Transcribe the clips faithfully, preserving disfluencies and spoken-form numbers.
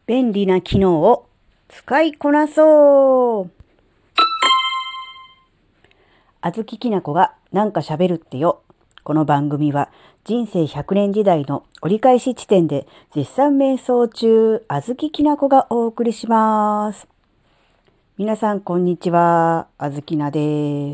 便利な機能を使いこなそう。あずききなこがなんか喋るってよ。この番組は人生ひゃくねん時代の折り返し地点で絶賛瞑想中、あずききなこがお送りします。皆さんこんにちは。あずきなです。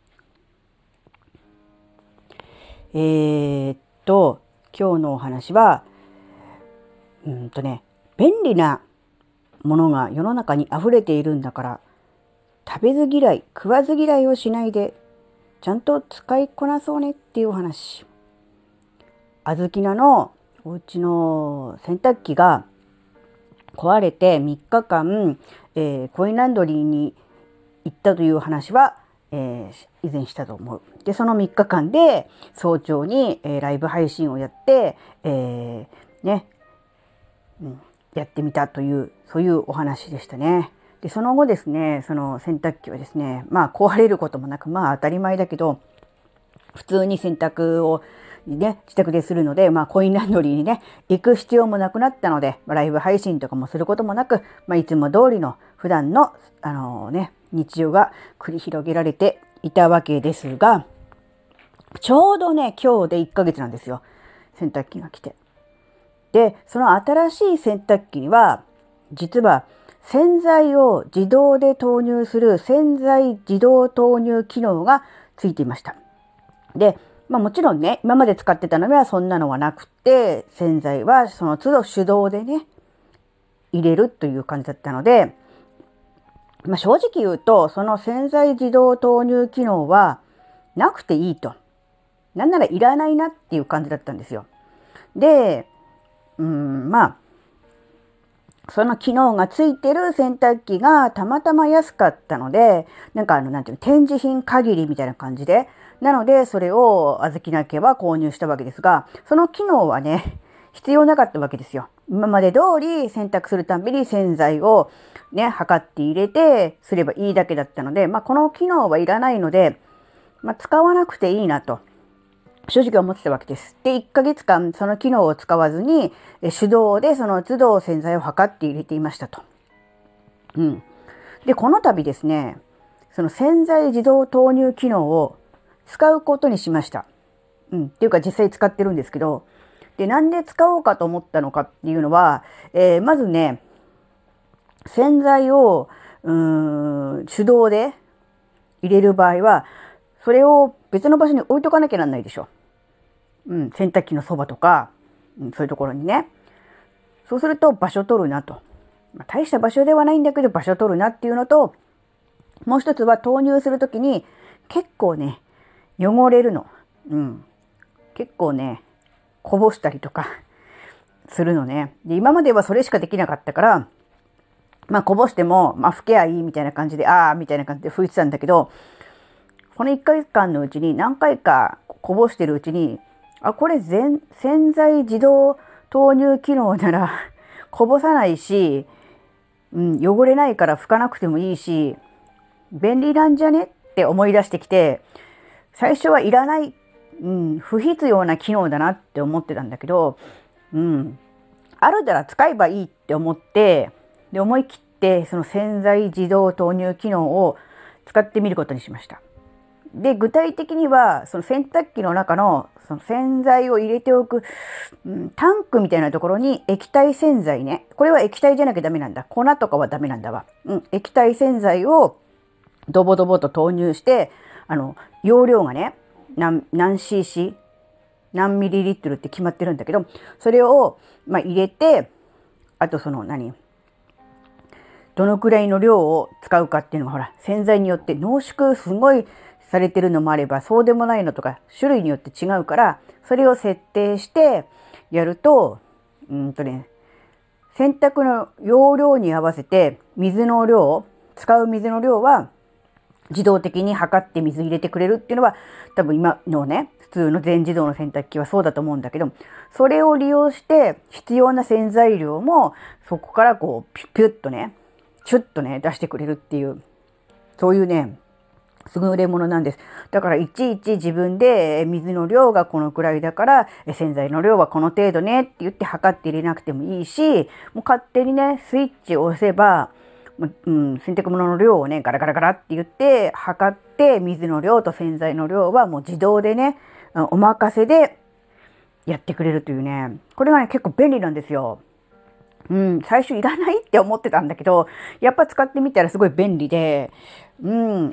えー、っと、今日のお話は、うんとね、便利なものが世の中に溢れているんだから、食べず嫌い、食わず嫌いをしないで、ちゃんと使いこなそうねっていうお話。あずきなのお家の洗濯機が壊れてみっかかん、えー、コインランドリーに行ったという話は、えー、以前したと思う。で、そのみっかかんで早朝に、えー、ライブ配信をやって、えー、ね、うん、やってみたという、そういうお話でしたね。で、その後ですね、その洗濯機はですね、まあ壊れることもなく、まあ当たり前だけど、普通に洗濯をね、自宅でするので、まあコインランドリーにね、行く必要もなくなったので、ライブ配信とかもすることもなく、まあいつも通りの普段の、あのー、ね、日常が繰り広げられていたわけですが、ちょうどね、今日でいっかげつなんですよ。洗濯機が来て。で、その新しい洗濯機には、実は洗剤を自動で投入する洗剤自動投入機能がついていました。で、まあもちろんね、今まで使ってたのにはそんなのはなくて、洗剤はその都度手動でね、入れるという感じだったので、まあ正直言うと、その洗剤自動投入機能はなくていいと。なんならいらないなっていう感じだったんですよ。で、うん、まあ、その機能がついてる洗濯機がたまたま安かったので、なんかあの、なんていうの、展示品限りみたいな感じで、なので、それをあずきな家は購入したわけですが、その機能はね、必要なかったわけですよ。今まで通り洗濯するたびに洗剤をね、測って入れてすればいいだけだったので、まあ、この機能はいらないので、まあ、使わなくていいなと。正直思ってたわけです。で、いっかげつかんその機能を使わずに、手動でその都度洗剤を測って入れていましたと。うん。で、この度ですね、その洗剤自動投入機能を使うことにしました。うん。っていうか実際使ってるんですけど、で、なんで使おうかと思ったのかっていうのは、えー、まずね、洗剤を、うーん、手動で入れる場合は、それを別の場所に置いとかなきゃなんないでしょ。うん、洗濯機のそばとか、うん、そういうところにね。そうすると場所取るなと。まあ、大した場所ではないんだけど場所取るなっていうのと、もう一つは投入するときに結構ね、汚れるの。うん。結構ね、こぼしたりとかするのね。で、今まではそれしかできなかったから、まあこぼしても、まあ拭けばいいみたいな感じで、ああ、みたいな感じで拭いてたんだけど、このいっかげつかんのうちに何回かこぼしてるうちに、あ、これ全洗剤自動投入機能ならこぼさないし、うん、汚れないから拭かなくてもいいし、便利なんじゃねって思い出してきて、最初はいらない、うん、不必要な機能だなって思ってたんだけど、うん、あるなら使えばいいって思って、で、思い切ってその洗剤自動投入機能を使ってみることにしました。で、具体的には、その洗濯機の中のその洗剤を入れておく、うん、タンクみたいなところに液体洗剤ね。これは液体じゃなきゃダメなんだ。粉とかはダメなんだわ。うん、液体洗剤をドボドボと投入して、あの、容量がね、何、何 シーシー、何ミリリットルって決まってるんだけど、それを、まあ、入れて、あとその何、どのくらいの量を使うかっていうのがほら、洗剤によって濃縮すごいされてるのもあれば、そうでもないのとか、種類によって違うから、それを設定してやると、うんとね、洗濯の容量に合わせて水の量、使う水の量は自動的に測って水入れてくれるっていうのは、多分今のね、普通の全自動の洗濯機はそうだと思うんだけど、それを利用して必要な洗剤量もそこからこうピュッピュッとね、チュッとね、出してくれるっていう、そういうね、 優れものなんです。だからいちいち自分で水の量がこのくらいだから洗剤の量はこの程度ねって言って測って入れなくてもいいし、もう勝手にねスイッチを押せば、うん、洗濯物の量をねガラガラガラって言って測って水の量と洗剤の量はもう自動でねお任せでやってくれるというね、これがね結構便利なんですよ。うん、最初いらないって思ってたんだけど、やっぱ使ってみたらすごい便利で、うん、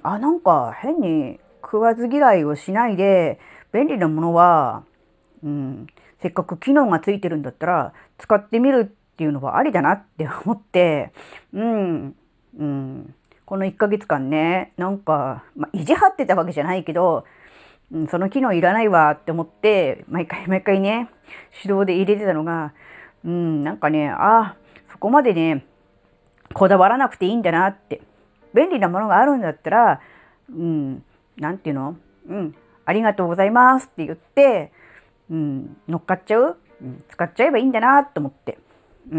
あ、なんか変に食わず嫌いをしないで、便利なものは、うん、せっかく機能がついてるんだったら、使ってみるっていうのはありだなって思って、うん、うん、このいっかげつかんね、なんか、まあ、意地張ってたわけじゃないけど、うん、その機能いらないわって思って、毎回毎回ね、手動で入れてたのが、うん、なんかね、あ、そこまでね、こだわらなくていいんだなって。便利なものがあるんだったら、うん、なんていうの、うん、ありがとうございますって言って、うん、乗っかっちゃう、うん、使っちゃえばいいんだなと思って。うん。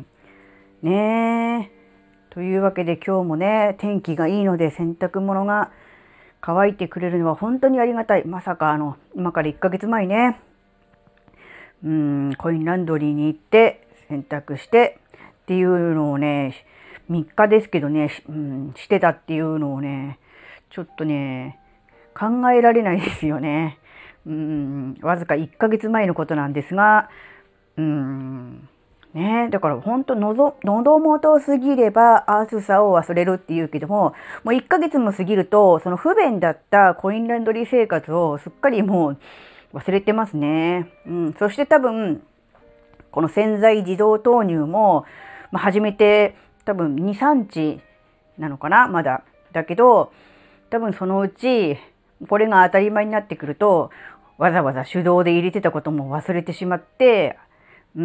ねえ。というわけで今日もね、天気がいいので洗濯物が乾いてくれるのは本当にありがたい。まさかあの、今からいっかげつまえね、うん、コインランドリーに行って洗濯してっていうのをね、みっかですけどね、うん、してたっていうのをね、ちょっとね、考えられないですよね。うん、わずかいっかげつまえのことなんですが、うん、ね、だから本当のぞ、喉元過ぎれば暑さを忘れるっていうけども、もういっかげつも過ぎると、その不便だったコインランドリー生活をすっかりもう忘れてますね。うん、そして多分、この洗剤自動投入も、まあ、始めて多分に、さんにちなのかなまだ。だけど、多分そのうち、これが当たり前になってくると、わざわざ手動で入れてたことも忘れてしまって、うん、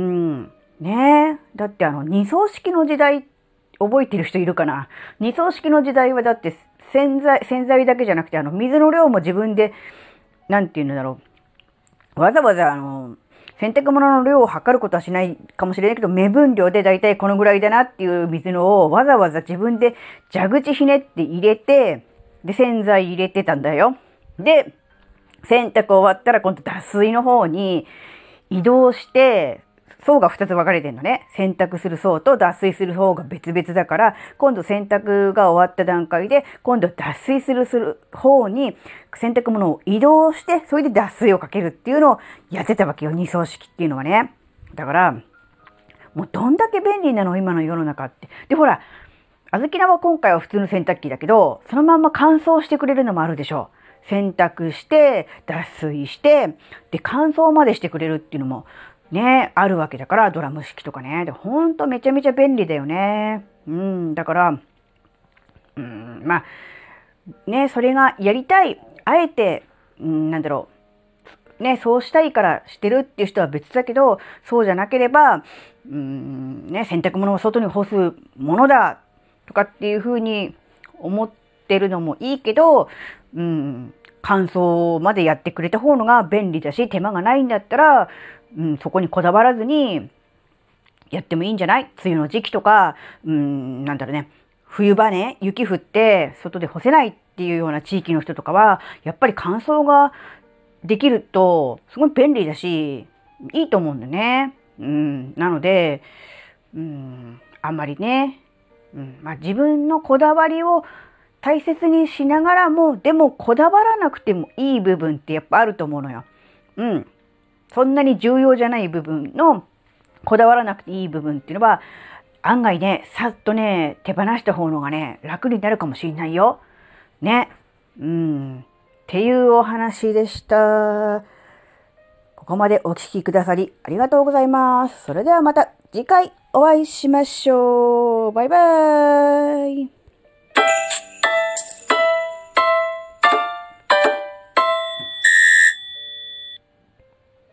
ねえ。だってあの、二層式の時代、覚えてる人いるかな？二層式の時代はだって洗剤、洗剤だけじゃなくて、あの、水の量も自分で、なんていうんだろう。わざわざあの、洗濯物の量を測ることはしないかもしれないけど、目分量でだいたいこのぐらいだなっていう水のをわざわざ自分で蛇口ひねって入れて、で、洗剤入れてたんだよ。で、洗濯終わったら今度脱水の方に移動して、層がふたつ分かれてるのね。洗濯する層と脱水する方が別々だから、今度洗濯が終わった段階で、今度脱水するする方に洗濯物を移動して、それで脱水をかけるっていうのをやってたわけよ。二層式っていうのはね。だから、もうどんだけ便利なの今の世の中って。で、ほら、あずきなは今回は普通の洗濯機だけど、そのまんま乾燥してくれるのもあるでしょう。洗濯して、脱水して、で、乾燥までしてくれるっていうのもね、あるわけだから、ドラム式とかね。で、ほんとめちゃめちゃ便利だよね。うん、だから、うん、まあ、ね、それがやりたい。あえて、うん、なんだろう。ね、そうしたいからしてるっていう人は別だけど、そうじゃなければ、うん、ね、洗濯物を外に干すものだとかっていうふうに思ってるのもいいけど、うん、乾燥までやってくれた方のが便利だし、手間がないんだったら、うん、そこにこだわらずにやってもいいんじゃない？梅雨の時期とか、うん、なんだろうね、冬場ね、雪降って外で干せないっていうような地域の人とかは、やっぱり乾燥ができると、すごい便利だし、いいと思うんだよね。うん、なので、うん、あんまりね、うん、まあ自分のこだわりを大切にしながらも、でもこだわらなくてもいい部分ってやっぱあると思うのよ。うん。そんなに重要じゃない部分の、こだわらなくていい部分っていうのは、案外ね、さっとね、手放した方のがね、楽になるかもしれないよ。ね。うん。っていうお話でした。ここまでお聞きくださりありがとうございます。それではまた次回お会いしましょう。バイバーイ。